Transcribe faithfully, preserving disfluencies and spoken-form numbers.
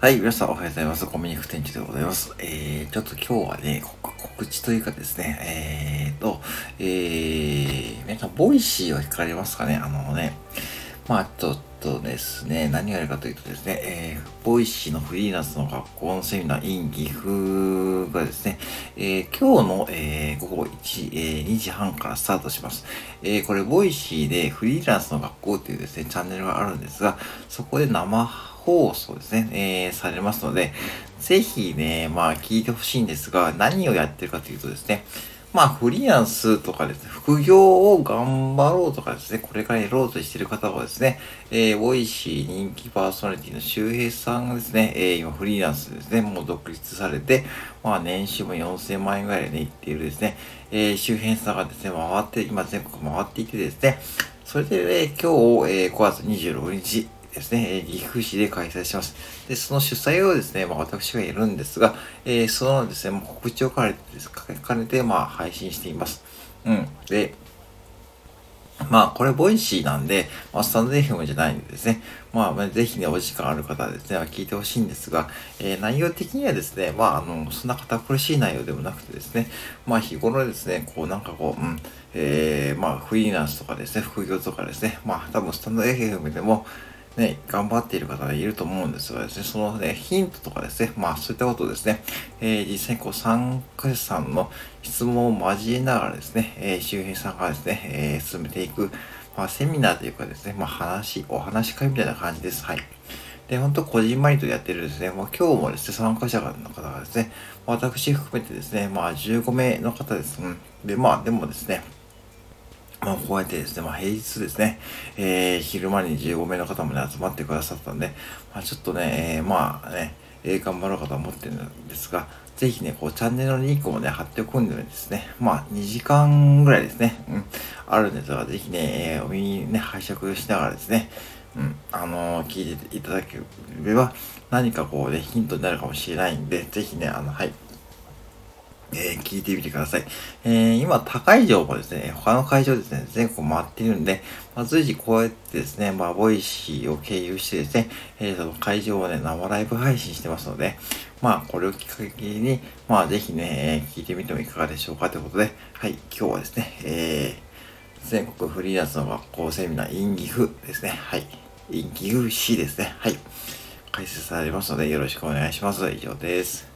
はい、皆さんおはようございます。コミュニク店長でございます。えー、ちょっと今日はね、告告知というかですね、えーと、えー、皆さん、ボイシーを聞かれますかね。あのね、まあちょっとですね、何があるかというとですね、えー、ボイシーのフリーランスの学校のセミナー in 岐阜がですね、えー、今日の、えー、午後いち、えー、にじはんからスタートします。えー、これ、ボイシーでフリーランスの学校というですね、チャンネルがあるんですが、そこで生放送ですね、えー、されますので、ぜひね、まあ聞いてほしいんですが、何をやってるかというとですね、まあ、フリーランスとかですね、副業を頑張ろうとかですね、これからやろうとしている方はですね、えー、ボイシー人気パーソナリティの周平さんがですね、えー、今フリーランスですね、もう独立されて、まあ、年収もよんせんまん円ぐらいでいっているですね、えー、周平さんがですね、回って、今全国回っていてですね、それで、えー、今日、えー、ごがつにじゅうろくにち、ですね、えー岐阜市で開催します。で、その主催をですね、まあ私がいるんですが、えーそのですね、もう告知を兼ねてです、兼ねて、まあ配信しています。うん。で、まあ、これ、ボイシーなんで、まあ、スタンド エフエム じゃないんでですね。まあ、まあぜひね、お時間ある方はですね、聞いてほしいんですが、えー内容的にはですね、まあ、あの、そんな堅苦しい内容でもなくてですね、まあ、日頃ですね、こう、なんかこう、うん、えー、まあ、フリーランスとかですね、副業とかですね、まあ、多分、スタンド エフエム でも、ね、頑張っている方がいると思うんですがですね、そのね、ヒントとかですね、まあそういったことをですね、えー、実際にこう参加者さんの質問を交えながらですね、えー、周平さんがですね、えー、進めていく、まあセミナーというかですね、まあ話、お話し会みたいな感じです。はい。で、本当こじんまりとやってるですね、まあ今日もですね、参加者の方がですね、私含めてですね、まあじゅうごめいの方です。うん。で、まあでもですね、まあ、こうやってですね、まあ、平日ですね、えー、昼間にじゅうごめいの方もね、集まってくださったんで、まあ、ちょっとね、えー、まあね、えー、頑張ろうかと思ってるんですが、ぜひね、こう、チャンネルのリンクもね、貼っておくんでですね、まあ、にじかんぐらいですね、うん、あるんですが、ぜひね、えー、お耳ね、拝借しながらですね、うん、あのー聞いていただければ、何かこうね、ヒントになるかもしれないんで、ぜひね、あの、はい、えー聞いてみてください。えー今、他会場もですね、他の会場ですね、全国回っているんで、まあ、随時こうやってですね、まあ、ボイシーを経由してですね、えーその会場をね、生ライブ配信してますので、まあ、これをきっかけに、まあ、ぜひね、えー聞いてみてもいかがでしょうかということで、はい、今日はですね、えー全国フリーランスの学校セミナー in 岐阜ですね。はい。in 岐阜市ですね。はい。開設されますのでよろしくお願いします。以上です。